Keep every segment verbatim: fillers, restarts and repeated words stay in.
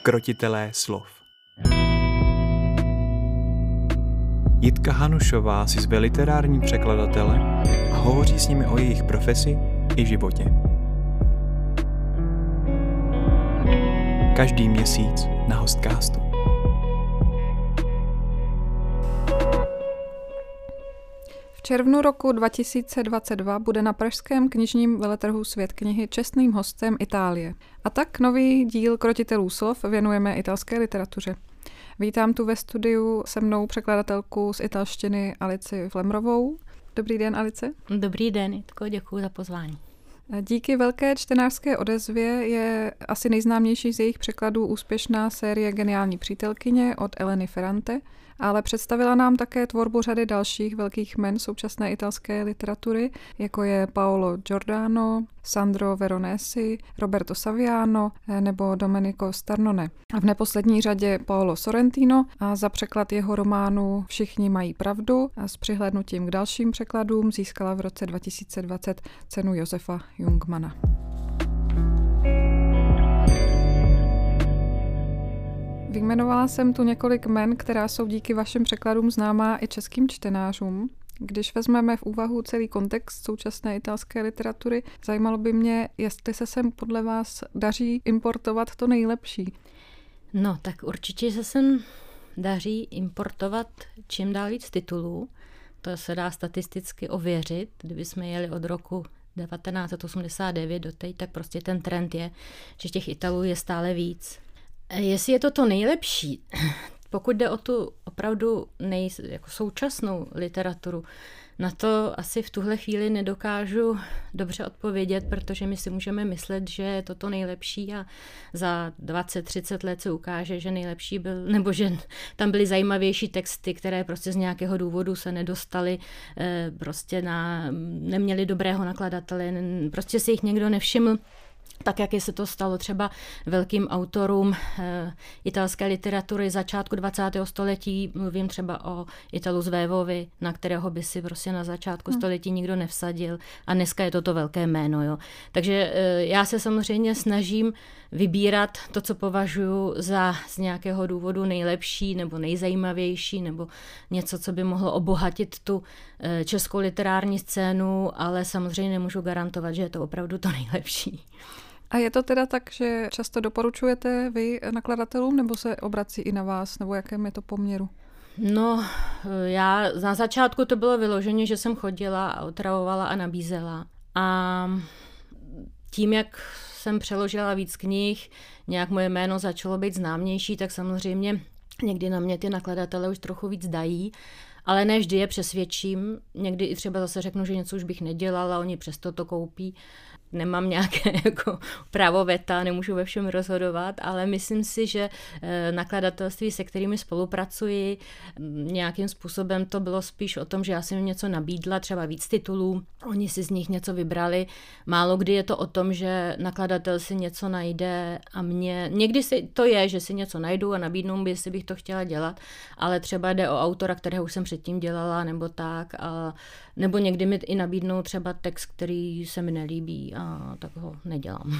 Krotitelé slov. Jitka Hanušová si zve literární překladatele a hovoří s nimi o jejich profesi i životě. Každý měsíc na Hostcastu. V červnu roku dva tisíce dvacet dva bude na pražském knižním veletrhu Svět knihy čestným hostem Itálie. A tak nový díl Krotitelů slov věnujeme italské literatuře. Vítám tu ve studiu se mnou překladatelku z italštiny Alici Flemrovou. Dobrý den, Alice. Dobrý den, Jitko, děkuji za pozvání. Díky velké čtenářské odezvě je asi nejznámější z jejich překladů úspěšná série Geniální přítelkyně od Eleny Ferrante, ale představila nám také tvorbu řady dalších velkých jmen současné italské literatury, jako je Paolo Giordano, Sandro Veronesi, Roberto Saviano nebo Domenico Starnone. A v neposlední řadě Paolo Sorrentino a za překlad jeho románu Všichni mají pravdu a s přihlédnutím k dalším překladům získala v roce dva tisíce dvacet cenu Josefa Jungmana. Vyjmenovala jsem tu několik jmen, která jsou díky vašim překladům známá i českým čtenářům. Když vezmeme v úvahu celý kontext současné italské literatury, zajímalo by mě, jestli se sem podle vás daří importovat to nejlepší. No, tak určitě se sem daří importovat čím dál víc titulů. To se dá statisticky ověřit. Kdybychom jeli od roku devatenáct set osmdesát devět do teď, tak prostě ten trend je, že těch Italů je stále víc. Jestli je to to nejlepší, pokud jde o tu opravdu nej, jako současnou literaturu, na to asi v tuhle chvíli nedokážu dobře odpovědět, protože my si můžeme myslet, že je to to nejlepší a za dvacet třicet let se ukáže, že nejlepší byl, nebo že tam byly zajímavější texty, které prostě z nějakého důvodu se nedostaly, prostě na, neměli dobrého nakladatele, prostě si jich někdo nevšiml. Tak, jak se to stalo třeba velkým autorům e, italské literatury začátku dvacátého století, mluvím třeba o Italu Svevovi, na kterého by si prostě na začátku hmm. století nikdo nevsadil a dneska je to to velké jméno. Jo. Takže e, já se samozřejmě snažím vybírat to, co považuji za z nějakého důvodu nejlepší nebo nejzajímavější nebo něco, co by mohlo obohatit tu e, českou literární scénu, ale samozřejmě nemůžu garantovat, že je to opravdu to nejlepší. A je to teda tak, že často doporučujete vy nakladatelům, nebo se obrací i na vás, nebo jakém je to poměru? No, já na začátku to bylo vyloženě, že jsem chodila a otravovala a nabízela. A tím, jak jsem přeložila víc knih, nějak moje jméno začalo být známější, tak samozřejmě někdy na mě ty nakladatelé už trochu víc dají, ale ne vždy je přesvědčím. Někdy i třeba zase řeknu, že něco už bych nedělala, oni přesto to koupí. Nemám nějaké jako právo veta, nemůžu ve všem rozhodovat, ale myslím si, že nakladatelství, se kterými spolupracuji, nějakým způsobem to bylo spíš o tom, že já jsem jim něco nabídla, třeba víc titulů, oni si z nich něco vybrali. Málo kdy je to o tom, že nakladatel si něco najde a mě, někdy si to je, že si něco najdu a nabídnu mi, jestli bych to chtěla dělat, ale třeba jde o autora, kterého už jsem předtím dělala, nebo tak, a, nebo někdy mi i nabídnou třeba text, který se mi nelíbí a tak ho nedělám.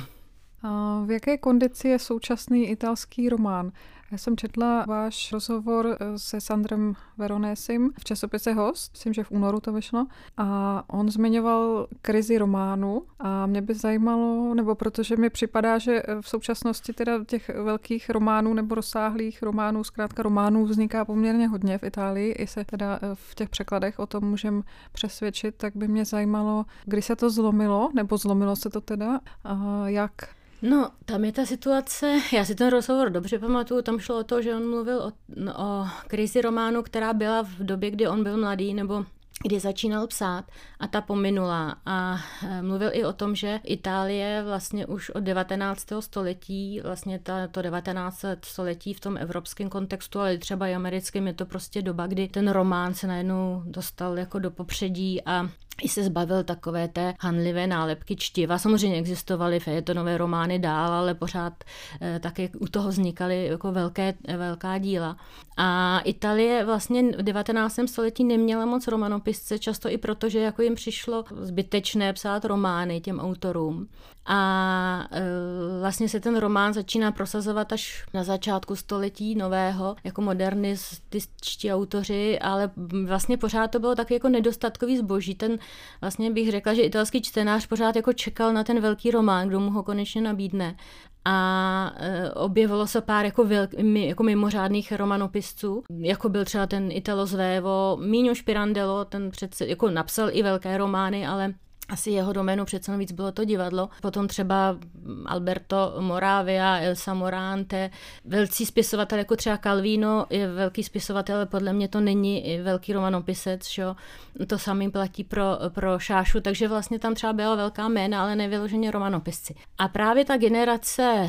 A v jaké kondici je současný italský román? Já jsem četla váš rozhovor se Sandrem Veronesim v časopise Host, myslím, že v únoru to vyšlo, a on zmiňoval krizi románu a mě by zajímalo, nebo protože mi připadá, že v současnosti teda těch velkých románů nebo rozsáhlých románů, zkrátka románů vzniká poměrně hodně v Itálii, i se teda v těch překladech o tom můžem přesvědčit, tak by mě zajímalo, kdy se to zlomilo, nebo zlomilo se to teda, a jak? No, tam je ta situace, já si ten rozhovor dobře pamatuju, tam šlo o to, že on mluvil o, o krizi románu, která byla v době, kdy on byl mladý, nebo kdy začínal psát a ta pominula. A mluvil i o tom, že Itálie vlastně už od devatenáctého století, vlastně ta, to devatenáctého století v tom evropském kontextu, ale třeba i americkém, je to prostě doba, kdy ten román se najednou dostal jako do popředí a i se zbavil takové té hanlivé nálepky čtiva. Samozřejmě existovaly fejetonové romány dál, ale pořád eh, také u toho vznikaly jako velké, velká díla. A Itálie vlastně v devatenáctém století neměla moc romanopisce, často i proto, že jako jim přišlo zbytečné psát romány těm autorům. A e, vlastně se ten román začíná prosazovat až na začátku století nového, jako modernističtí autoři, ale vlastně pořád to bylo taky jako nedostatkový zboží. Ten vlastně bych řekla, že italský čtenář pořád jako čekal na ten velký román, kdo mu ho konečně nabídne. A e, objevilo se pár jako, velk, jako mimořádných romanopisců, jako byl třeba ten Italo Svevo, Mino Pirandello, ten přece jako napsal i velké romány, ale asi jeho doménu přece víc bylo to divadlo. Potom třeba Alberto Moravia, Elsa Morante, velcí spisovatel jako třeba Calvino je velký spisovatel, ale podle mě to není velký romanopisec, šo? To samý platí pro, pro Šášu, takže vlastně tam třeba byla velká jména, ale nevyloženě romanopisci. A právě ta generace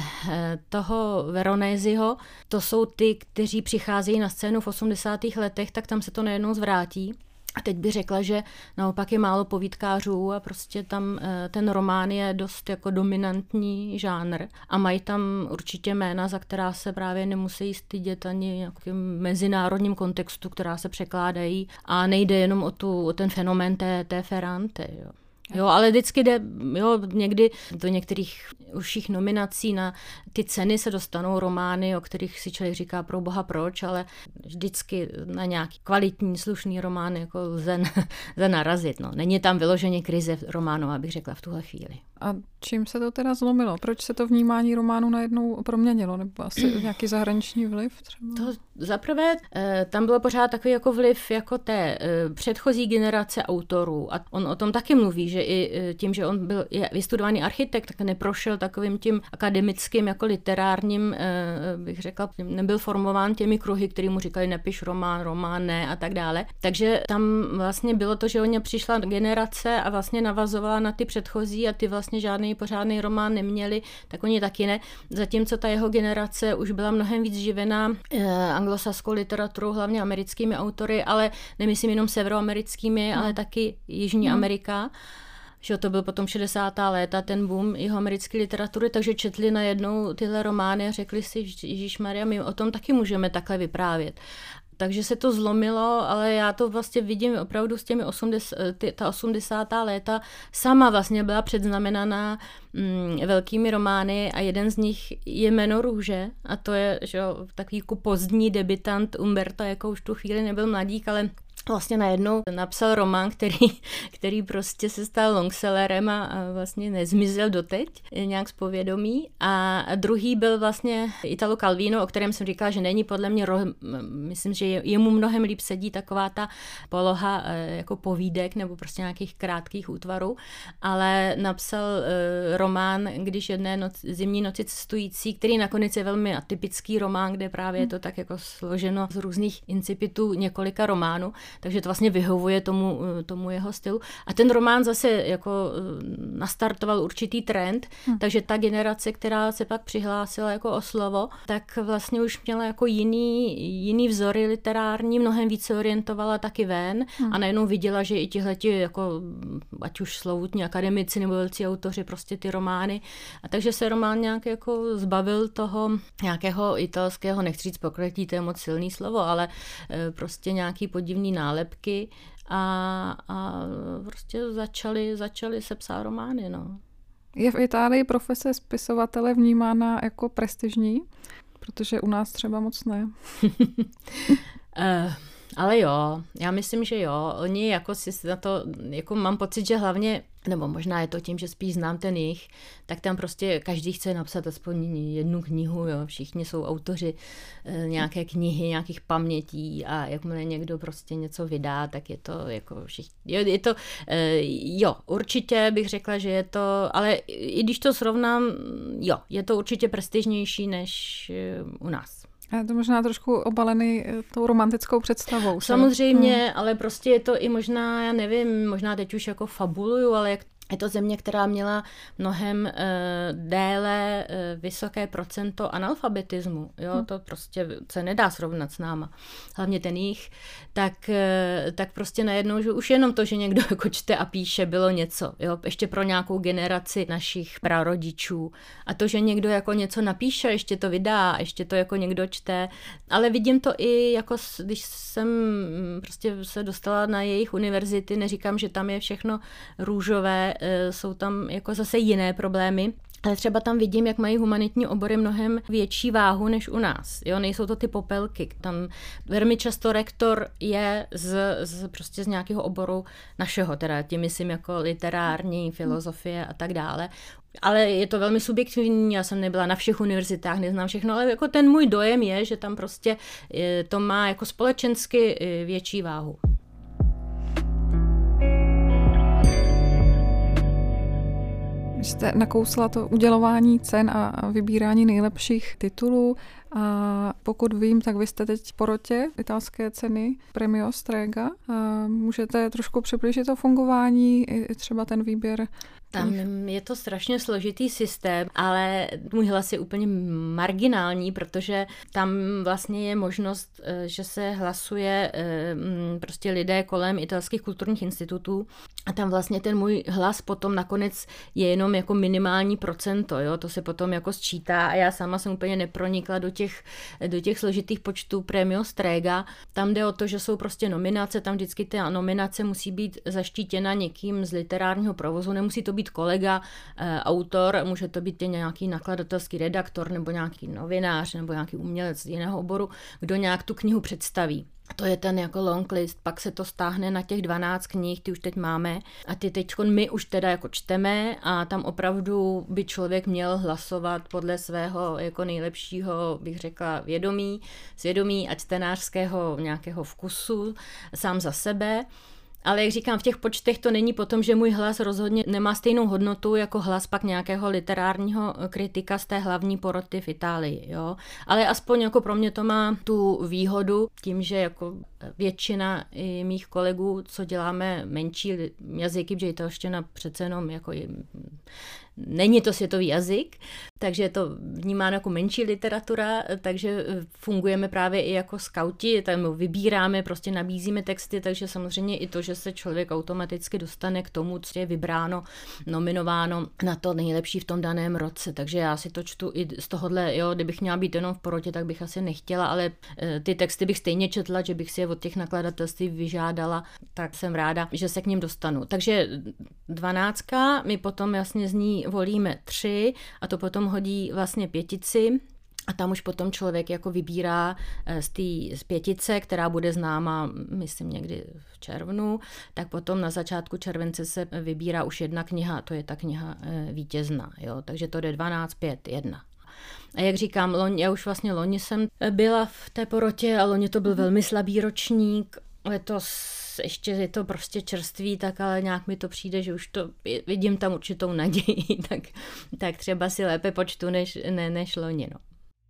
toho Veronésiho, to jsou ty, kteří přicházejí na scénu v osmdesátých letech, tak tam se to najednou zvrátí. A teď bych řekla, že naopak je málo povídkářů a prostě tam ten román je dost jako dominantní žánr a mají tam určitě jména, za která se právě nemusí stydět ani v nějakém mezinárodním kontextu, která se překládají a nejde jenom o, tu, o ten fenomén té, té Ferrante, jo. Jo, ale vždycky jde, jo, někdy do některých užších nominací na ty ceny se dostanou romány, o kterých si člověk říká pro boha proč, ale vždycky na nějaký kvalitní, slušný román jako lze, lze narazit. No. Není tam vyloženě krize románová, bych řekla v tuhle chvíli. A čím se to teda zlomilo? Proč se to vnímání románu najednou proměnilo? Nebo asi nějaký zahraniční vliv třeba? To zaprvé, tam bylo pořád takový jako vliv jako té předchozí generace autorů. A on o tom taky mluví, že i tím, že on byl vystudovaný architekt, tak neprošel takovým tím akademickým jako literárním, bych řekla, nebyl formován těmi kruhy, který mu říkali nepiš román, román ne a tak dále. Takže tam vlastně bylo to, že o ně přišla generace a vlastně navazovala na ty předchozí a ty vlastně žádný pořádný román neměli, tak oni taky ne. Zatímco ta jeho generace už byla mnohem víc živená eh, anglosaskou literaturou, hlavně americkými autory, ale nemyslím jenom severoamerickými, no. ale taky Jižní no. Amerika. Že to byl potom šedesátá léta, ten boom jeho americké literatury, takže četli najednou tyhle romány a řekli si, ježišmarja, my o tom taky můžeme takhle vyprávět. Takže se to zlomilo, ale já to vlastně vidím opravdu s těmi osmdesátými, ta osmdesátá léta sama vlastně byla předznamenaná mm, velkými romány a jeden z nich je Jméno růže a to je že, takový jako pozdní debutant Umberto, jako už tu chvíli nebyl mladík, ale vlastně najednou napsal román, který, který prostě se stal longsellerem a, a vlastně nezmizel doteď nějak z povědomí. A druhý byl vlastně Italo Calvino, o kterém jsem říkala, že není podle mě, myslím, že je, jemu mnohem líp sedí taková ta poloha jako povídek nebo prostě nějakých krátkých útvarů, ale napsal uh, román Když jedné noc, zimní noci cestující, který nakonec je velmi atypický román, kde právě je to tak jako složeno z různých incipitů několika románů. Takže to vlastně vyhovuje tomu, tomu jeho stylu. A ten román zase jako nastartoval určitý trend, hmm. takže ta generace, která se pak přihlásila jako o slovo, tak vlastně už měla jako jiný, jiný vzory literární, mnohem více orientovala taky ven hmm. a najednou viděla, že i tihleti jako ať už slovutní akademici nebo velcí autoři prostě ty romány. A takže se román nějak jako zbavil toho nějakého italského, nechci říct pokrytí, to je moc silný slovo, ale prostě nějaký podivný nálepky a, a prostě začali, začali se psát romány. No. Je v Itálii profese spisovatele vnímána jako prestižní? Protože u nás třeba moc ne. uh, ale jo, já myslím, že jo. Oni jako si na to, jako mám pocit, že hlavně, nebo možná je to tím, že spíš znám ten jich, tak tam prostě každý chce napsat aspoň jednu knihu, jo. Všichni jsou autoři e, nějaké knihy, nějakých pamětí a jakmile někdo prostě něco vydá, tak je to jako všichni, jo, je to, e, jo, určitě bych řekla, že je to, ale i když to srovnám, jo, je to určitě prestižnější než e, u nás. A je to možná trošku obalený tou romantickou představou. Samozřejmě, hmm. ale prostě je to i možná, já nevím, možná teď už jako fabuluju, ale jak Je to země, která měla mnohem e, déle e, vysoké procento analfabetismu. Jo? Hmm. To prostě se nedá srovnat s náma. Hlavně ten jich. Tak, e, tak prostě najednou, že už jenom to, že někdo jako čte a píše, bylo něco. Jo? Ještě pro nějakou generaci našich prarodičů. A to, že někdo jako něco napíše, ještě to vydá, ještě to jako někdo čte. Ale vidím to i jako, když jsem prostě se dostala na jejich univerzity, neříkám, že tam je všechno růžové, jsou tam jako zase jiné problémy, ale třeba tam vidím, jak mají humanitní obory mnohem větší váhu než u nás. Jo, nejsou to ty popelky. Tam velmi často rektor je z, z, prostě z nějakého oboru našeho, teda tím myslím jako literární, filozofie a tak dále. Ale je to velmi subjektivní, já jsem nebyla na všech univerzitách, neznám všechno, ale jako ten můj dojem je, že tam prostě to má jako společensky větší váhu. Jste nakousla to udělování cen a vybírání nejlepších titulů a pokud vím, tak vy jste teď v porotě italské ceny Premio Strega. A můžete trošku přiblížit to fungování i třeba ten výběr? Tam je to strašně složitý systém, ale můj hlas je úplně marginální, protože tam vlastně je možnost, že se hlasuje prostě lidé kolem italských kulturních institutů a tam vlastně ten můj hlas potom nakonec je jenom jako minimální procento, jo? To se potom jako sčítá a já sama jsem úplně nepronikla do těch, do těch složitých počtů Premio Strega. Tam jde o to, že jsou prostě nominace, tam vždycky ta nominace musí být zaštítěna někým z literárního provozu, nemusí to být kolega, e, autor, může to být nějaký nakladatelský redaktor nebo nějaký novinář nebo nějaký umělec z jiného oboru, kdo nějak tu knihu představí. To je ten jako long list, pak se to stáhne na těch dvanáct knih, ty už teď máme a ty teď my už teda jako čteme a tam opravdu by člověk měl hlasovat podle svého jako nejlepšího, bych řekla, vědomí, svědomí a čtenářského nějakého vkusu sám za sebe. Ale jak říkám, v těch počtech to není potom, že můj hlas rozhodně nemá stejnou hodnotu jako hlas pak nějakého literárního kritika z té hlavní poroty v Itálii. Jo? Ale aspoň jako pro mě to má tu výhodu tím, že jako většina i mých kolegů, co děláme menší jazyky, protože italština přece jenom jako je, není to světový jazyk, takže je to vnímáno jako menší literatura, takže fungujeme právě i jako skauti, tam vybíráme, prostě nabízíme texty, takže samozřejmě i to, že se člověk automaticky dostane k tomu, co je vybráno, nominováno na to nejlepší v tom daném roce, takže já si to čtu i z tohohle, jo, kdybych měla být jenom v porotě, tak bych asi nechtěla, ale ty texty bych stejně četla, že bych si je od těch nakladatelství vyžádala, tak jsem ráda, že se k ním dostanu. Takže dvanáctka, my potom jasně z ní volíme tři a to potom hodí vlastně pětici a tam už potom člověk jako vybírá z té z pětice, která bude známa, myslím někdy v červnu, tak potom na začátku července se vybírá už jedna kniha, to je ta kniha vítězná, jo, takže to jde dvanáct, pět, jedna. A jak říkám, loni, já už vlastně loni jsem byla v té porotě a loni to byl velmi slabý ročník, letos ještě je to prostě čerství, tak ale nějak mi to přijde, že už to vidím tam určitou naději, tak, tak třeba si lépe počtu než, ne, než loni. No.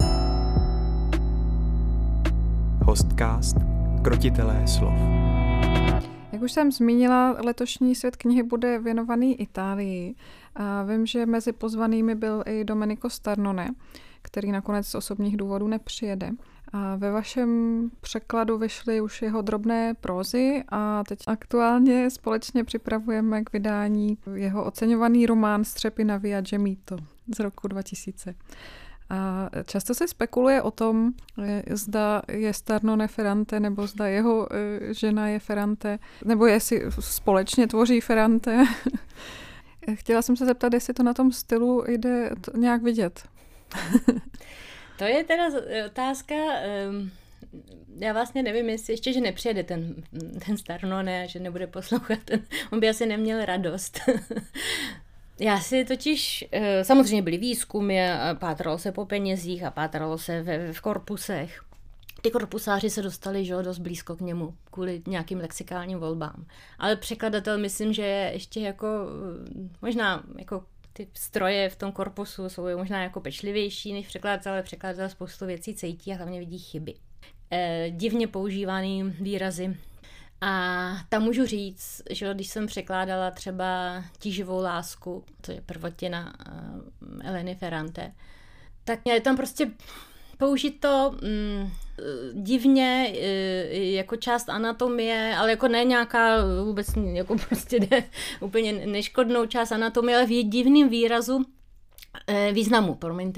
Hostcast Krotitelé slov. Jak už jsem zmínila, letošní Svět knihy bude věnovaný Itálii. A vím, že mezi pozvanými byl i Domenico Starnone, který nakonec z osobních důvodů nepřijede. A ve vašem překladu vyšly už jeho drobné prózy a teď aktuálně společně připravujeme k vydání jeho oceňovaný román Střepy na Via Gemito z roku dva tisíce. A často se spekuluje o tom, zda je Starnone Ferrante, nebo zda jeho žena je Ferrante, nebo jestli společně tvoří Ferrante. Chtěla jsem se zeptat, jestli to na tom stylu jde nějak vidět. To je teda otázka, já vlastně nevím, jestli ještě, že nepřijede ten, ten Starnone, že nebude poslouchat, ten, on by asi neměl radost. Já si totiž, samozřejmě byly výzkumy a pátralo se po penězích a pátralo se ve, v korpusech. Ty korpusáři se dostali, že, dost blízko k němu kvůli nějakým lexikálním volbám. Ale překladatel myslím, že je ještě jako, možná jako ty stroje v tom korpusu jsou možná jako pečlivější než překladatel, ale překladatel spoustu věcí cítí a hlavně vidí chyby. E, divně používaný výrazy A tam můžu říct, že když jsem překládala třeba Tíživou lásku, to je prvotina Eleny Ferrante, tak je tam prostě použito mm, divně jako část anatomie, ale jako ne nějaká vůbec jako prostě ne, úplně neškodnou část anatomie, ale v divným výrazu významu, promiňte.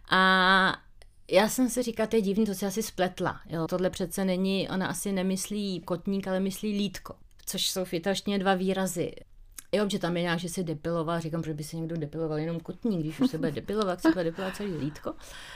A já jsem si říkala, to je divný, to si asi spletla. Jo. Tohle přece není, ona asi nemyslí kotník, ale myslí lítko, což jsou v italštině dva výrazy. Jo, že tam je nějak, že se depiloval, říkám, že by se někdo depiloval jenom kotník, když už se bude depilovat, se bude depilovat celý lítko.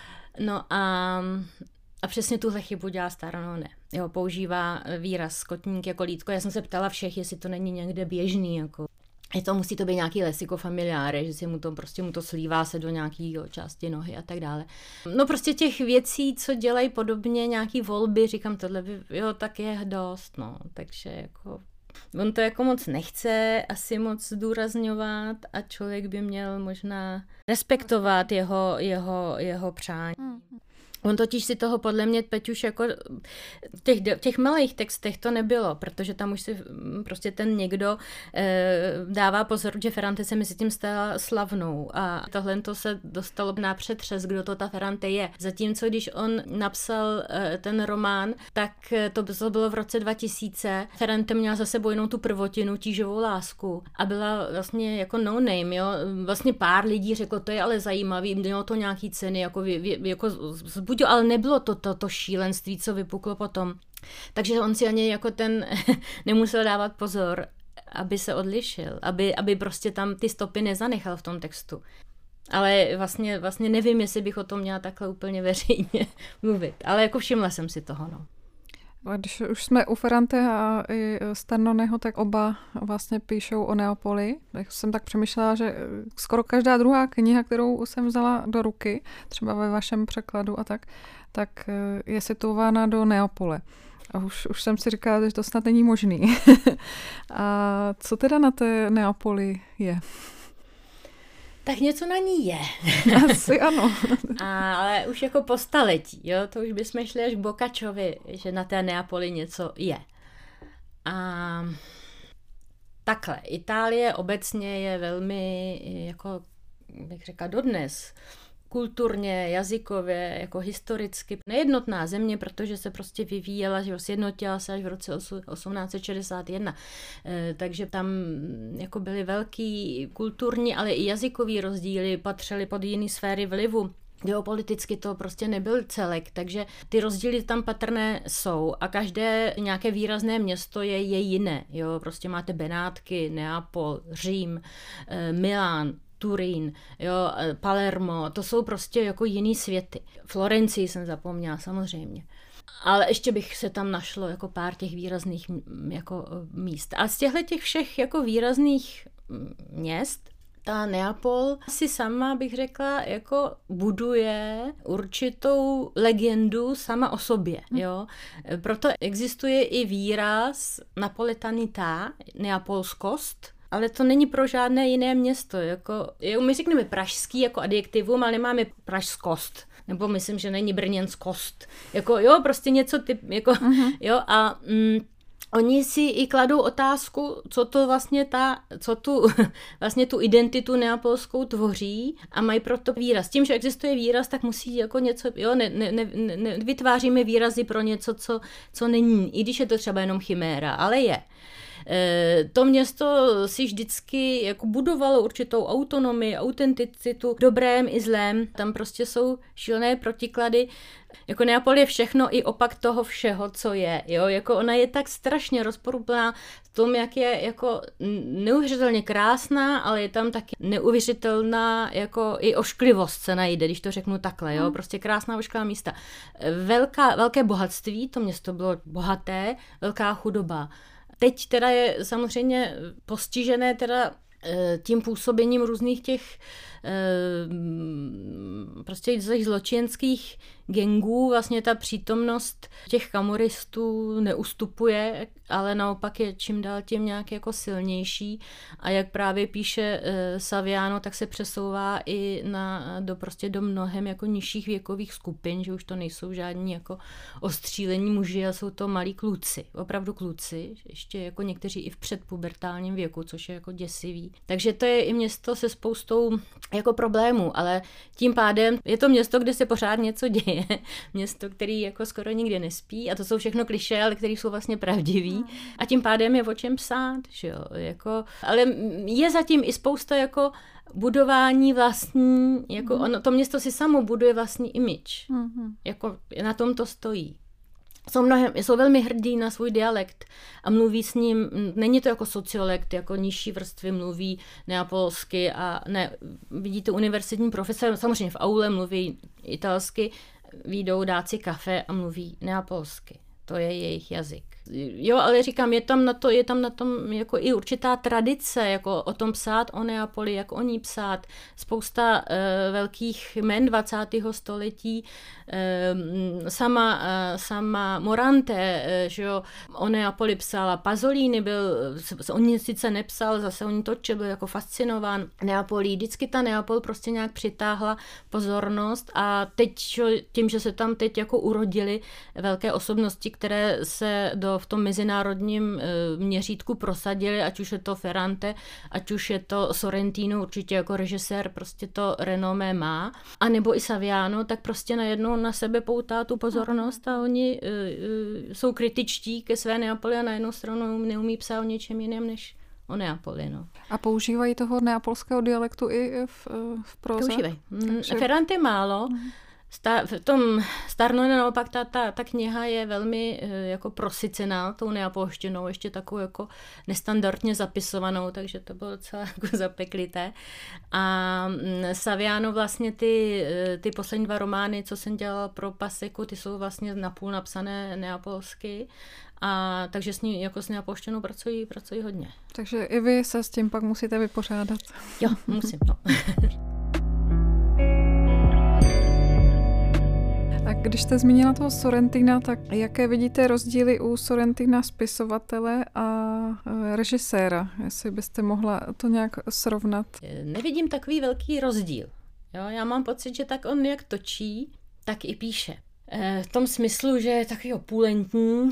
No a, a přesně tuhle chybu dělá Staronone. Jo, používá výraz kotník jako lítko. Já jsem se ptala všech, jestli to není někde běžný, jako. Je to, musí to být nějaký lesico familiare, že si mu to prostě mu to slívá se do nějaký jo, části nohy a tak dále. No prostě těch věcí, co dělají podobně, nějaký volby, říkám tohle, by, jo, tak je dost, no, takže jako on to jako moc nechce asi moc zdůrazňovat a člověk by měl možná respektovat jeho, jeho, jeho přání. On totiž si toho podle mě, Peťuš, jako v těch, v těch malých textech to nebylo, protože tam už si prostě ten někdo e, dává pozor, že Ferrante se mezi tím stala slavnou a tohle to se dostalo na přetřes, kdo to ta Ferrante je. Zatímco když on napsal e, ten román, tak to, to bylo v roce dva tisíce. Ferrante měla za sebou jenom tu prvotinu, Tíživou lásku a byla vlastně jako no name, jo. Vlastně pár lidí řeklo, to je ale zajímavý, mělo to nějaký ceny, jako, jako buď, ale nebylo to, to to šílenství, co vypuklo potom. Takže on si ani jako ten nemusel dávat pozor, aby se odlišil, aby, aby prostě tam ty stopy nezanechal v tom textu. Ale vlastně, vlastně nevím, jestli bych o tom měla takhle úplně veřejně mluvit. Ale jako všimla jsem si toho, no. Když už jsme u Ferrante a i Starnoneho, tak oba vlastně píšou o Neapoli. Tak jsem tak přemýšlela, že skoro každá druhá kniha, kterou jsem vzala do ruky, třeba ve vašem překladu a tak, tak je situována do Neapole. A už, už jsem si říkala, že to snad není možný. A co teda na té Neapoli je? Tak něco na ní je. Asi ano. Ale už jako po staletí, jo, to už bychom šli až k Boccacciovi, že na té Neapoli něco je. A takhle, Itálie obecně je velmi, jako, jak řekla, dodnes, kulturně, jazykově, jako historicky nejednotná země, protože se prostě vyvíjela, že sjednotila se až v roce osmnáct set šedesát jedna. E, takže tam jako byly velký kulturní, ale i jazykový rozdíly, patřily pod jiné sféry vlivu. Geopoliticky to prostě nebyl celek, takže ty rozdíly tam patrné jsou a každé nějaké výrazné město je, je jiné. Jo? Prostě máte Benátky, Neapol, Řím, e, Milán, Turín, jo, Palermo, to jsou prostě jako jiný světy. Florencii jsem zapomněla, samozřejmě. Ale ještě bych se tam našlo jako pár těch výrazných jako míst. A z těchto těch všech jako výrazných měst ta Neapol si sama, bych řekla, jako buduje určitou legendu sama o sobě, jo. Proto existuje i výraz napolitanita, neapolskost, ale to není pro žádné jiné město. Jako, my řekneme pražský jako adjektivum, ale nemáme pražskost. Nebo myslím, že není brněnskost. Jako, jo, prostě něco typ, jako, uh-huh. jo, a mm, oni si i kladou otázku, co to vlastně ta, co tu, vlastně tu identitu neapolskou tvoří a mají proto výraz. Tím, že existuje výraz, tak musí jako něco, jo, ne, ne, ne, ne, vytváříme výrazy pro něco, co, co není, i když je to třeba jenom chiméra, ale je. To město si vždycky jako budovalo určitou autonomii, autenticitu, dobrém i zlém. Tam prostě jsou šílené protiklady. Jako Neapol je všechno i opak toho všeho, co je. Jo? Jako ona je tak strašně rozporuplná v tom, jak je jako neuvěřitelně krásná, ale je tam taky neuvěřitelná jako i ošklivost se najde, když to řeknu takhle. Jo? Prostě krásná ošklivá místa. Velká, velké bohatství, to město bylo bohaté, velká chudoba. Teď teda je samozřejmě postižené teda tím působením různých těch prostě těch zločinských gangů vlastně ta přítomnost těch kamoristů neustupuje, ale naopak je čím dál tím nějak jako silnější a jak právě píše e, Saviano, tak se přesouvá i na, do prostě do mnohem jako nižších věkových skupin, že už to nejsou žádní jako ostřílení muži, ale jsou to malí kluci, opravdu kluci, ještě jako někteří i v předpubertálním věku, což je jako děsivý. Takže to je i město se spoustou jako problémů, ale tím pádem je to město, kde se pořád něco děje, město, který jako skoro nikdy nespí a to jsou všechno klišé, ale které jsou vlastně pravdivý a tím pádem je o čem psát, že jo, jako, ale je zatím i spousta jako budování vlastní, jako mm. ono, to město si samo buduje vlastní image, mm. jako na tom to stojí. Jsou, mnohem, jsou velmi hrdí na svůj dialekt a mluví s ním, není to jako sociolekt, jako nižší vrstvy mluví neapolsky a ne, vidíte univerzitní profesor, samozřejmě v aule mluví italsky, výjdou dát si kafe a mluví neapolsky. To je jejich jazyk. Jo, ale říkám, je tam na to, je tam na tom jako i určitá tradice, jako o tom psát o Neapoli, jak o ní psát. Spousta uh, velkých jmen dvacátého století, uh, sama, uh, sama Morante, uh, že jo, o Neapoli psala, Pasolini byl, on nic sice nepsal, zase on točil, byl jako fascinován Neapolí. Vždycky ta Neapol prostě nějak přitáhla pozornost a teď, že, tím, že se tam teď jako urodily velké osobnosti, které se do v tom mezinárodním e, měřítku prosadili, ať už je to Ferrante, ať už je to Sorrentino, určitě jako režisér prostě to renomé má, a nebo i Saviano, tak prostě najednou na sebe poutá tu pozornost a oni e, e, jsou kritičtí ke své Neapoli a na jednu stranu neumí psát o něčem jiném než o Neapoli. No. A používají toho neapolského dialektu i v, v próze? Používají. Takže... Ferrante málo, mm. Star, v tom Starno naopak ta, ta, ta kniha je velmi jako prosycená tou neapolštinou, ještě takovou jako nestandardně zapisovanou, takže to bylo docela jako zapeklité. A Saviano vlastně ty, ty poslední dva romány, co jsem dělala pro Paseku, ty jsou vlastně napůl napsané neapolsky. A takže s ní jako s neapolštinou pracují, pracují hodně. Takže i vy se s tím pak musíte vypořádat. Jo, musím, no. A když jste zmínila toho Sorrentina, tak jaké vidíte rozdíly u Sorrentina spisovatele a režiséra? Jestli byste mohla to nějak srovnat? Nevidím takový velký rozdíl. Jo, já mám pocit, že tak on jak točí, tak i píše. E, v tom smyslu, že je takový opulentní,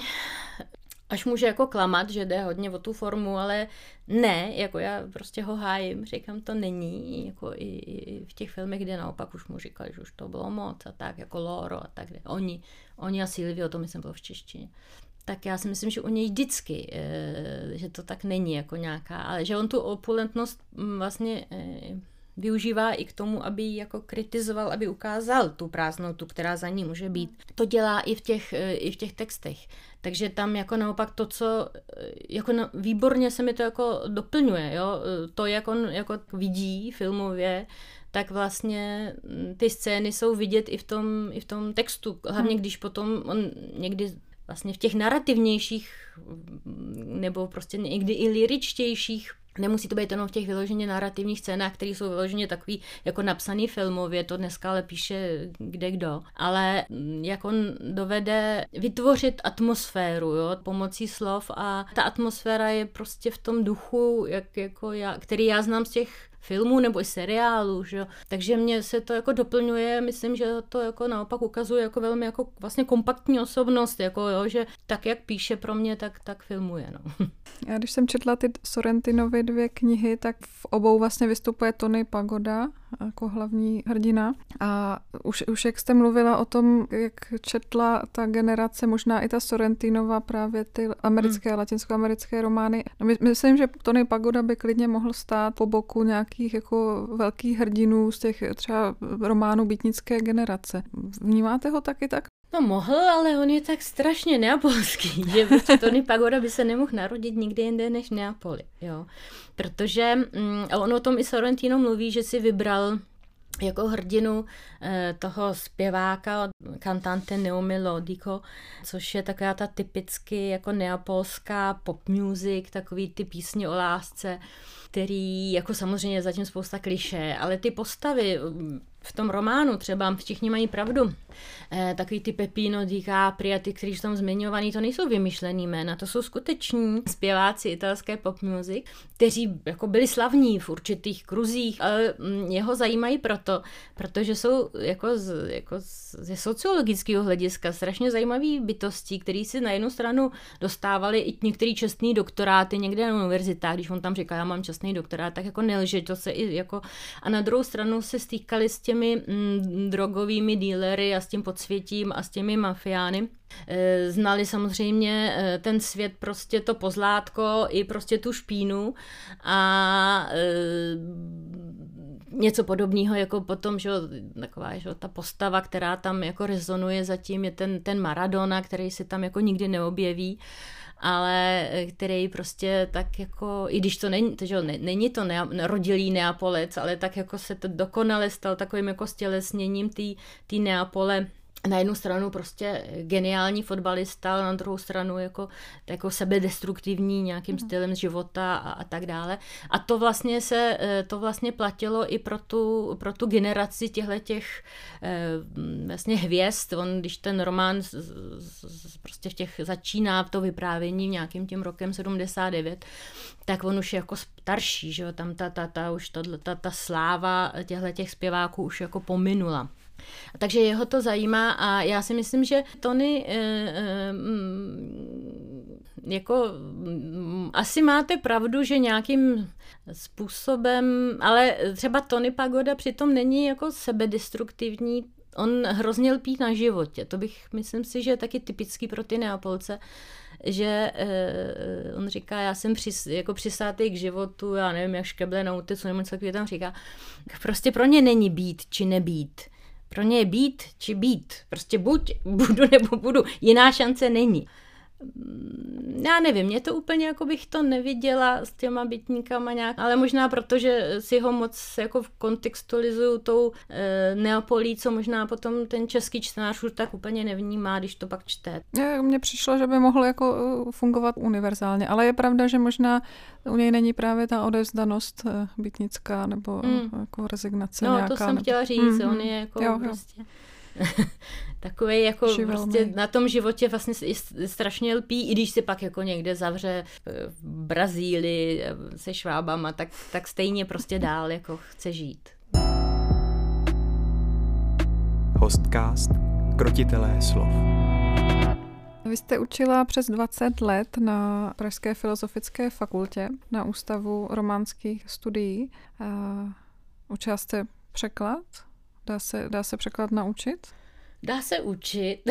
až může jako klamat, že jde hodně o tu formu, ale ne, jako já prostě ho hájím, říkám, to není, jako i, i v těch filmech, kde naopak už mu říkali, že už to bylo moc a tak, jako Loro a tak, oni, oni a Silvio, to myslím bylo v češtině. Tak já si myslím, že u něj vždycky, že to tak není jako nějaká, ale že on tu opulentnost vlastně využívá i k tomu, aby ji jako kritizoval, aby ukázal tu prázdnotu, která za ní může být. To dělá i v těch, i v těch textech. Takže tam jako naopak to, co jako no, výborně se mi to jako doplňuje, jo? To, jak on jako vidí filmově, tak vlastně ty scény jsou vidět i v tom, i v tom textu. Hlavně když potom on někdy vlastně v těch narrativnějších nebo prostě někdy i lyričtějších, nemusí to být jenom v těch vyloženě narrativních scénách, které jsou vyloženě takový jako napsaný filmově, to dneska ale píše kde kdo, ale jak on dovede vytvořit atmosféru, jo, pomocí slov a ta atmosféra je prostě v tom duchu, jak, jako já, který já znám z těch filmů nebo i seriálů, že jo. Takže mně se to jako doplňuje, myslím, že to jako naopak ukazuje jako velmi jako vlastně kompaktní osobnost, jako jo, že tak, jak píše pro mě, tak, tak filmuje, no. Já když jsem četla ty Sorrentinovy dvě knihy, tak v obou vlastně vystupuje Tony Pagoda jako hlavní hrdina. A už, už jak jste mluvila o tom, jak četla ta generace, možná i ta Sorrentinova právě ty americké, hmm. latinskoamerické romány. No, my, myslím, že Tony Pagoda by klidně mohl stát po boku nějakých jako velkých hrdinů z těch třeba románů beatnické generace. Vnímáte ho taky tak? No mohl, ale on je tak strašně neapolský, že prostě Tony Pagoda by se nemohl narodit nikde jinde než v Neapoli, jo. Protože, a on o tom i Sorrentino mluví, že si vybral jako hrdinu eh, toho zpěváka, cantante neomelodico, což je taková ta typicky jako neapolská pop music, takový ty písně o lásce, který jako samozřejmě zatím spousta klišé, ale ty postavy v tom románu třeba, všichni mají pravdu, Eh, takový ty Peppino Di Capri a ty, kteří jsou tam zmiňovaný, to nejsou vymyšlený jména, to jsou skuteční zpěváci italské pop music, kteří jako byli slavní v určitých kruzích, ale jeho zajímají proto, protože jsou jako z, jako ze sociologického hlediska strašně zajímavý bytosti, který si na jednu stranu dostávali i některý čestný doktoráty někde na univerzitách, když on tam říká, já mám čestný doktorát, tak jako nelže, to se i jako, a na druhou stranu se stýkali s těmi mm, drogovými dealery a s tím podsvětím a s těmi mafiány. E, znali samozřejmě e, ten svět, prostě to pozlátko i prostě tu špínu a e, něco podobného jako potom, že taková, že ta postava, která tam jako rezonuje zatím, je ten, ten Maradona, který se tam jako nikdy neobjeví, ale který prostě tak jako, i když to není, to, že není to nea, rodilý Neapolec, ale tak jako se to dokonale stal takovým jako stělesněním té Neapole. Na jednu stranu prostě geniální fotbalista, ale na druhou stranu jako, jako sebedestruktivní nějakým mm. stylem života a, a tak dále. A to vlastně se, to vlastně platilo i pro tu, pro tu generaci těchhletěch vlastně hvězd. On, když ten román z, z, prostě v těch začíná to vyprávění nějakým tím rokem sedmdesát devět, tak on už je jako starší, že jo, tam ta, ta, ta, už to, ta, ta sláva těchhletěch zpěváků už jako pominula. Takže jeho to zajímá a já si myslím, že Tony e, e, jako asi máte pravdu, že nějakým způsobem, ale třeba Tony Pagoda přitom není jako sebedestruktivní, on hrozně lpí na životě, to bych, myslím si, že je taky typický pro ty Neapolce, že eh, on říká, já jsem přis, jako přisátý k životu, já nevím, jak škeble na útecu, nebo něco takového tam říká, prostě pro ně není být či nebýt. Pro ně je být či být. Prostě buď budu nebo budu. Jiná šance není. Já nevím, mě to úplně jako bych to neviděla s těma bytníkama nějak, ale možná proto, že si ho moc jako kontextualizuju tou e, Neapolí, co možná potom ten český čtenář už tak úplně nevnímá, když to pak čte. Mně přišlo, že by mohl jako fungovat univerzálně, ale je pravda, že možná u něj není právě ta odevzdanost bytnická nebo mm. jako rezignace no, nějaká. No to jsem nebo... chtěla říct, mm-hmm. on je jako jo, prostě... Takový jako prostě na tom životě vlastně strašně lpí, i když se pak jako někde zavře v Brazílii se švábama, tak, tak stejně prostě dál jako chce žít. Hostcast Krotitelé slov. Vy jste učila přes dvacet let na Pražské filozofické fakultě na Ústavu románských studií. Učila jste překlad? Dá se, dá se překlad naučit? Dá se učit.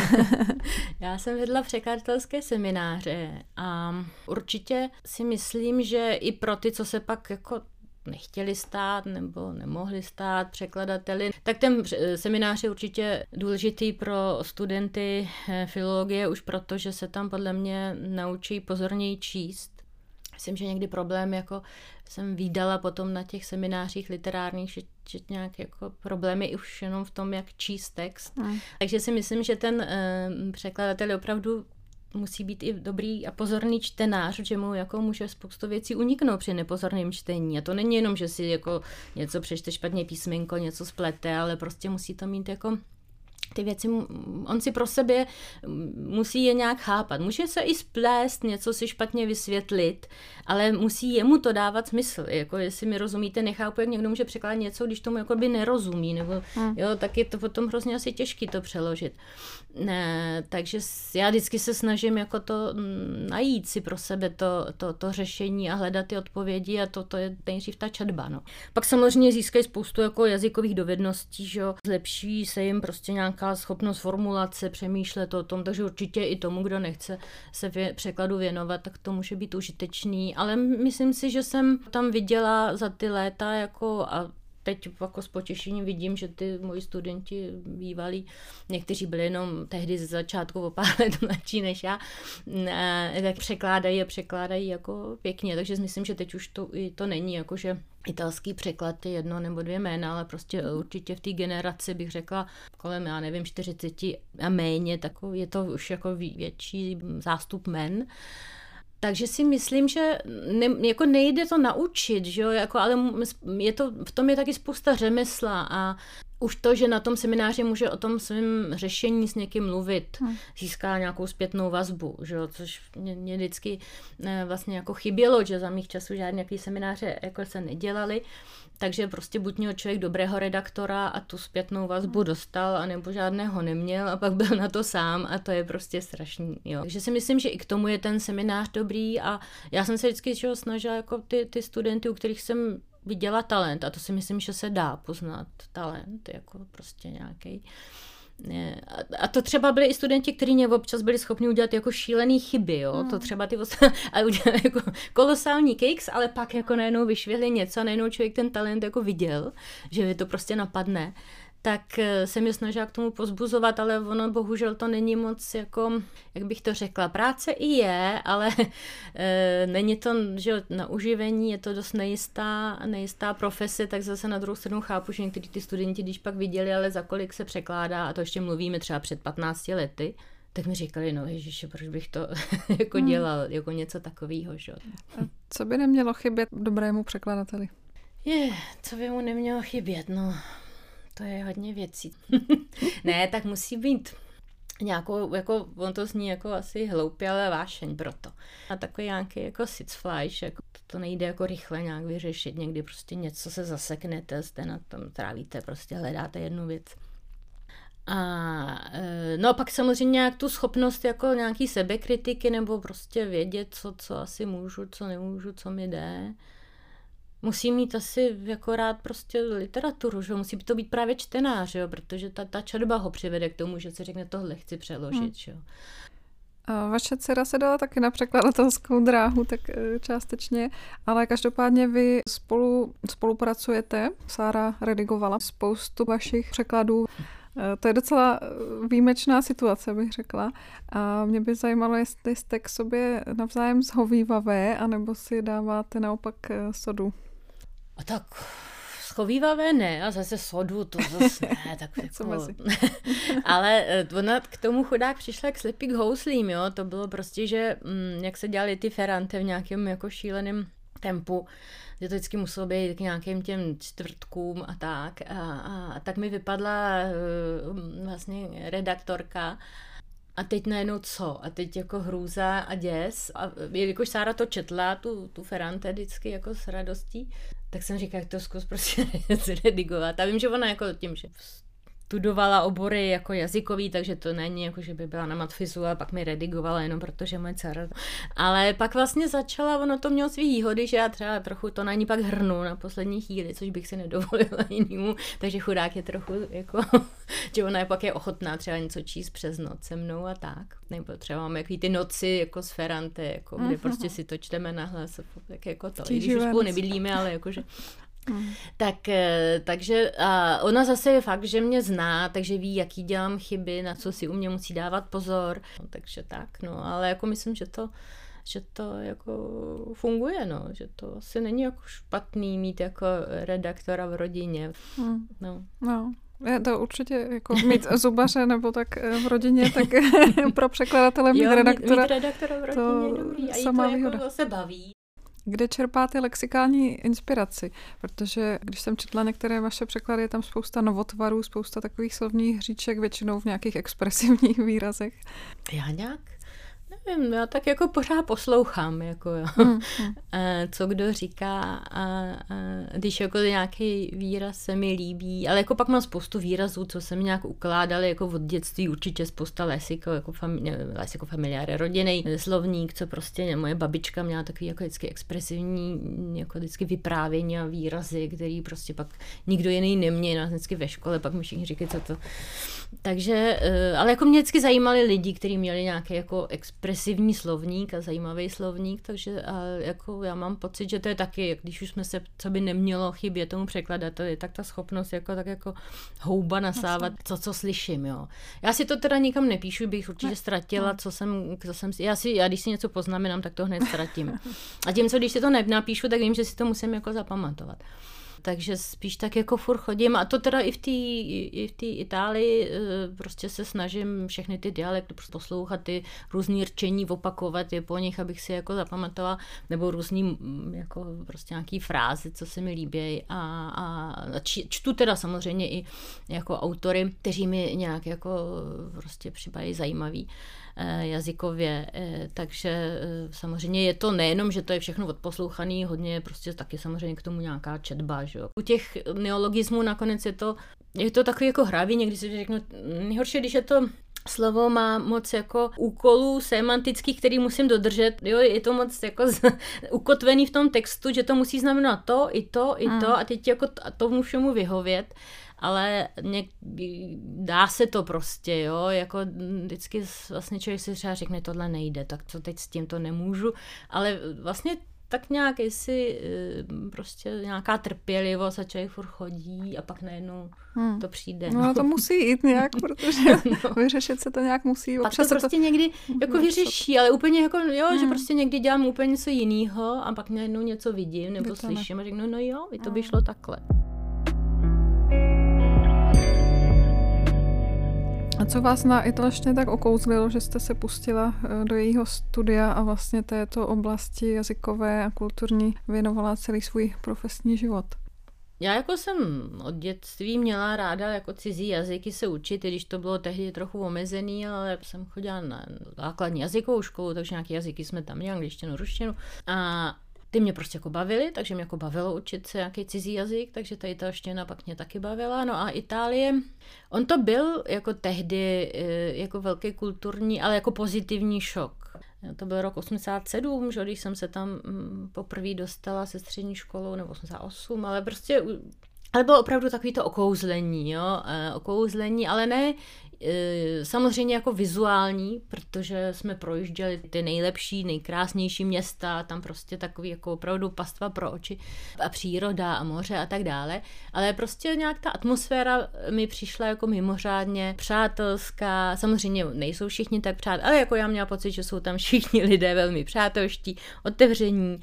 Já jsem vedla překladatelské semináře a určitě si myslím, že i pro ty, co se pak jako nechtěli stát nebo nemohli stát překladateli, tak ten seminář je určitě důležitý pro studenty filologie už proto, že se tam podle mě naučí pozorněji číst. Myslím, že někdy problém, jako jsem vídala potom na těch seminářích literárních, že, že nějak jako problémy už jenom v tom, jak číst text. Mm. Takže si myslím, že ten uh, překladatel opravdu musí být i dobrý a pozorný čtenář, že mu jako může spoustu věcí uniknout při nepozorném čtení. A to není jenom, že si jako něco přečte špatně písmenko, něco splete, ale prostě musí to mít jako ty věci, on si pro sebe musí je nějak chápat. Může se i splést, něco si špatně vysvětlit, ale musí jemu to dávat smysl. Jako jestli mi rozumíte, nechápu, jak někdo může překládat něco, když tomu jako by nerozumí, nebo hmm. jo, tak je to potom hrozně asi těžký to přeložit. Ne, takže já vždycky se snažím jako to najít si pro sebe to, to, to řešení a hledat ty odpovědi a to, to je nejdřív ta četba. No. Pak samozřejmě získají spoustu jako jazykových dovedností, že jo, zlepší se jim prostě nějak schopnost formulace, přemýšlet o tom, takže určitě i tomu, kdo nechce se vě, překladu věnovat, tak to může být užitečný, ale myslím si, že jsem tam viděla za ty léta jako a teď jako s potěšením vidím, že ty moji studenti bývalí, někteří byli jenom tehdy z začátku o pár let mladší než já, tak překládají a překládají jako pěkně, takže myslím, že teď už to, i to není jako, že italský překlad je jedno nebo dvě jména, ale prostě určitě v té generaci bych řekla kolem, já nevím, čtyřiceti a méně, tak je to už jako větší zástup men. Takže si myslím, že ne, jako nejde to naučit, že jo, jako, ale je to, v tom je taky spousta řemesla a, už to, že na tom semináři může o tom svém řešení s někým mluvit, hmm. získá nějakou zpětnou vazbu, že jo, což mě, mě vždycky vlastně jako chybělo, že za mých časů žádný nějaký semináře jako se nedělali, takže prostě buď měl člověk dobrého redaktora a tu zpětnou vazbu dostal, anebo žádného neměl a pak byl na to sám a to je prostě strašný. Jo. Takže si myslím, že i k tomu je ten seminář dobrý a já jsem se vždycky čeho snažila jako ty, ty studenty, u kterých jsem viděla talent a to si myslím, že se dá poznat talent, jako prostě nějaký. A to třeba byli i studenti, kteří mě občas byli schopni udělat jako šílený chyby, jo, hmm. to třeba ty a udělali jako kolosální keks, ale pak jako najednou vyšvihli něco a najednou člověk ten talent jako viděl, že je to prostě napadne. Tak se mě snažila k tomu pozbuzovat, ale ono bohužel to není moc jako, jak bych to řekla, práce i je, ale e, není to, že na uživení je to dost nejistá, nejistá profese, tak zase na druhou stranu chápu, že někteří ty studenti, když pak viděli, ale za kolik se překládá, a to ještě mluvíme třeba před patnácti lety, tak mi říkali, no ježiši, proč bych to jako hmm. dělal, jako něco takového, že? Co by nemělo chybět dobrému překladateli? Je, co by mu nemělo chybět, no... To je hodně věcí. Ne, tak musí být nějakou, jako, on to zní jako asi hloupě, ale vášeň proto. A takový nějaký jako sitzfleisch, jako to nejde jako rychle nějak vyřešit, někdy prostě něco se zaseknete, jste na tom, trávíte, prostě hledáte jednu věc. A no a pak samozřejmě nějak tu schopnost jako nějaký sebekritiky, nebo prostě vědět, co, co asi můžu, co nemůžu, co mi jde. Musí mít asi jako rád prostě literaturu, že musí to být právě čtenář, jo? Protože ta, ta četba ho přivede k tomu, že si řekne, tohle chci přeložit. Hmm. Že? A vaše dcera se dala taky na překladatelskou dráhu, tak částečně, ale každopádně vy spolu spolupracujete. Sára redigovala spoustu vašich překladů. To je docela výjimečná situace, bych řekla. A mě by zajímalo, jestli jste k sobě navzájem zhovývavé, anebo si dáváte naopak sodu. A tak schovývavé ne, a zase sodu, to zase ne, tak jako... Ale ona k tomu chudák přišla jak slepý k houslím, jo, to bylo prostě, že mm, jak se dělali ty Ferrante v nějakém jako šíleném tempu, že to vždycky muselo být k nějakým těm čtvrtkům a tak. A, a, a tak mi vypadla uh, vlastně redaktorka a teď najednou co? A teď jako hrůza a děs. A jelikož Sára to četla, tu, tu Ferrante vždycky jako s radostí, tak jsem říkala, jak to zkus prostě zredigovat. A vím, že ona jako tím, že studovala obory jako jazykový, takže to není jako, že by byla na matfizu a pak mi redigovala jenom protože moje dcera. Ale pak vlastně začala, ono to mělo svý výhody, že já třeba trochu to na ní pak hrnu na poslední chvíli, což bych si nedovolila jinému, takže chudák je trochu jako, že ona je pak je ochotná třeba něco číst přes noc se mnou a tak. Nebo třeba máme jaký ty noci jako s Ferrante, jako, kde prostě si to čteme nahlas, tak jako to, i když už spolu nebydlíme, ale jakože Mm. Tak, takže a ona zase je fakt, že mě zná, takže ví, jaký dělám chyby, na co si u mě musí dávat pozor, no, takže tak, no, ale jako myslím, že to, že to jako funguje, no, že to asi není jako špatný mít jako redaktora v rodině, mm. no. No. Je to určitě jako mít zubaře nebo tak v rodině, tak pro překladatele mít jo, redaktora, mít redaktora v rodině je dobrý a jí to jako se baví. Kde čerpáte lexikální inspiraci? Protože když jsem četla některé vaše překlady, je tam spousta novotvarů, spousta takových slovních hříček, většinou v nějakých expresivních výrazech. Já nějak? Nevím, já tak jako pořád poslouchám, jako jo. Mm, mm. Co kdo říká a, a když jako nějaký výraz se mi líbí, ale jako pak mám spoustu výrazů, co se mi nějak ukládaly jako od dětství, určitě spousta lesiko, jako fami, lesiko familiáre, rodinný slovník, co prostě moje babička měla takový jako vždycky expresivní, jako vždycky vyprávění a výrazy, který prostě pak nikdo jiný neměl, nás vždycky ve škole, pak mi všichni říkají, co to. Takže, ale jako mě vždycky zajímali lidi, kteří měli nějaký jako expresivní slovník a zajímavý slovník, takže a jako já mám pocit, že to je taky, když už jsme se, co by nemělo chybět tomu překladateli, tak ta schopnost jako tak jako houba nasávat to, co slyším, jo. Já si to teda nikam nepíšu, bych určitě ztratila, co jsem, co jsem já si, já když si něco poznamenám, tak to hned ztratím. A tím, co když si to nenapíšu, tak vím, že si to musím jako zapamatovat. takže spíš tak jako furt chodím a to teda i v té i v té Itálii prostě se snažím všechny ty dialekty prostě poslouchat, ty různý rčení opakovat je po nich, abych si jako zapamatovala, nebo různý jako prostě nějaký frázy, co se mi líbí a, a čtu teda samozřejmě i jako autory, kteří mi nějak jako prostě připadají zajímavý jazykově, takže samozřejmě je to nejenom, že to je všechno odposlouchaný, hodně je prostě taky samozřejmě k tomu nějaká četba, že jo. U těch neologismů nakonec je to, je to takový jako hravý, někdy si řeknu, nejhorší, když je to slovo má moc jako úkolů semantických, který musím dodržet, jo, je to moc jako z, ukotvený v tom textu, že to musí znamenat to, i to, i to a teď jako to, a tomu všemu vyhovět. Ale něk, dá se to prostě, jo, jako vždycky vlastně člověk si třeba řekne, tohle nejde, tak co teď s tím to nemůžu, ale vlastně tak nějak, jestli prostě nějaká trpělivost a člověk furt chodí a pak najednou hmm. to přijde. No, no to musí jít nějak, protože no. vyřešit se to nějak musí. Pak to prostě to... někdy jako vyřeší, ale úplně jako, jo, hmm. že prostě někdy dělám úplně něco jiného a pak najednou něco vidím nebo slyším a řeknu, no jo, i to by šlo takhle. A co vás na italštině tak okouzlilo, že jste se pustila do jejího studia a vlastně této oblasti jazykové a kulturní věnovala celý svůj profesní život? Já jako jsem od dětství měla ráda jako cizí jazyky se učit, i když to bylo tehdy trochu omezený, ale jsem chodila na základní jazykovou školu, takže nějaké jazyky jsme tam měli, angličtinu, ruštinu. A ty mě prostě jako bavily, takže mě jako bavilo učit se nějaký cizí jazyk, takže ta italština pak mě taky bavila. No a Itálie, on to byl jako tehdy jako velký kulturní, ale jako pozitivní šok. To byl rok osmdesát sedm, že, když jsem se tam poprvé dostala se střední školou, nebo osmdesát osm, ale prostě, ale bylo opravdu takový to okouzlení, jo, okouzlení, ale ne samozřejmě jako vizuální, protože jsme projížděli ty nejlepší, nejkrásnější města, tam prostě takový jako opravdu pastva pro oči a příroda a moře a tak dále, ale prostě nějak ta atmosféra mi přišla jako mimořádně přátelská, samozřejmě nejsou všichni tak přátelé, ale jako já měla pocit, že jsou tam všichni lidé velmi přátelští, otevření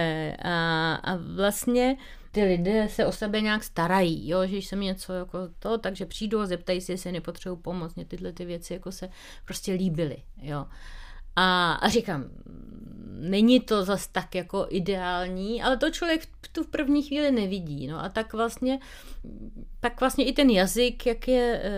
a, a vlastně ty lidé se o sebe nějak starají, jo, že když se mi něco jako to, takže přijdu a zeptají si, jestli nepotřebuji pomoc. Mě tyhle ty věci jako se prostě líbily, jo. A, a říkám, není to zas tak jako ideální, ale to člověk tu v první chvíli nevidí, no a tak vlastně, tak vlastně i ten jazyk, jak je e,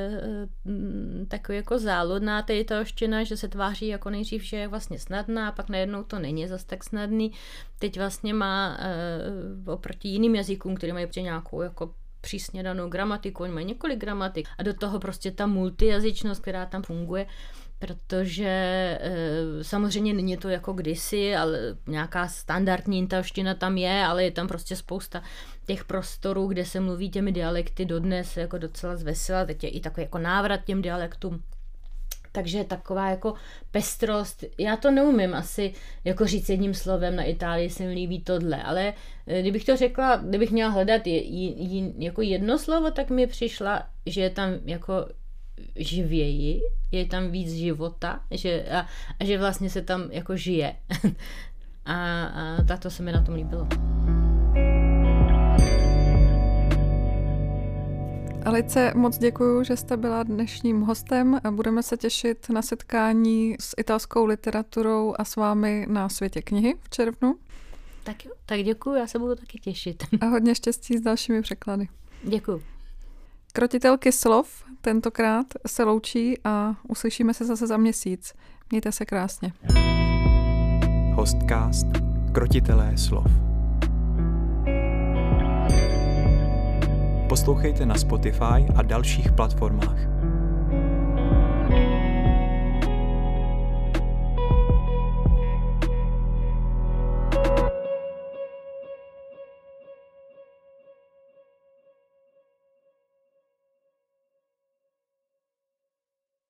takový jako záludná ta italština, že se tváří jako nejdřív, že je vlastně snadná, a pak najednou to není zas tak snadný. Teď vlastně má e, oproti jiným jazykům, který mají nějakou jako přísně danou gramatiku, oni mají několik gramatik a do toho prostě ta multijazyčnost, která tam funguje, protože e, samozřejmě není to jako kdysi, ale nějaká standardní italština tam je, ale je tam prostě spousta těch prostorů, kde se mluví těmi dialekty dodnes jako docela zvesela, teď je i takový jako návrat těm dialektům. Takže taková jako pestrost, já to neumím asi jako říct jedním slovem, na Itálii se mi líbí tohle, ale kdybych to řekla, kdybych měla hledat je, je, jako jedno slovo, tak mi přišla, že je tam jako živěji, je tam víc života, že, a, a že vlastně se tam jako žije. a, a tak to se mi na tom líbilo. Alice, moc děkuju, že jste byla dnešním hostem a budeme se těšit na setkání s italskou literaturou a s vámi na Světě knihy v červnu. Tak jo, tak děkuju, já se budu taky těšit. A hodně štěstí s dalšími překlady. Děkuju. Krotitelky slov tentokrát se loučí a uslyšíme se zase za měsíc. Mějte se krásně. Hostcast Krotitelé slov. Poslouchejte na Spotify a dalších platformách.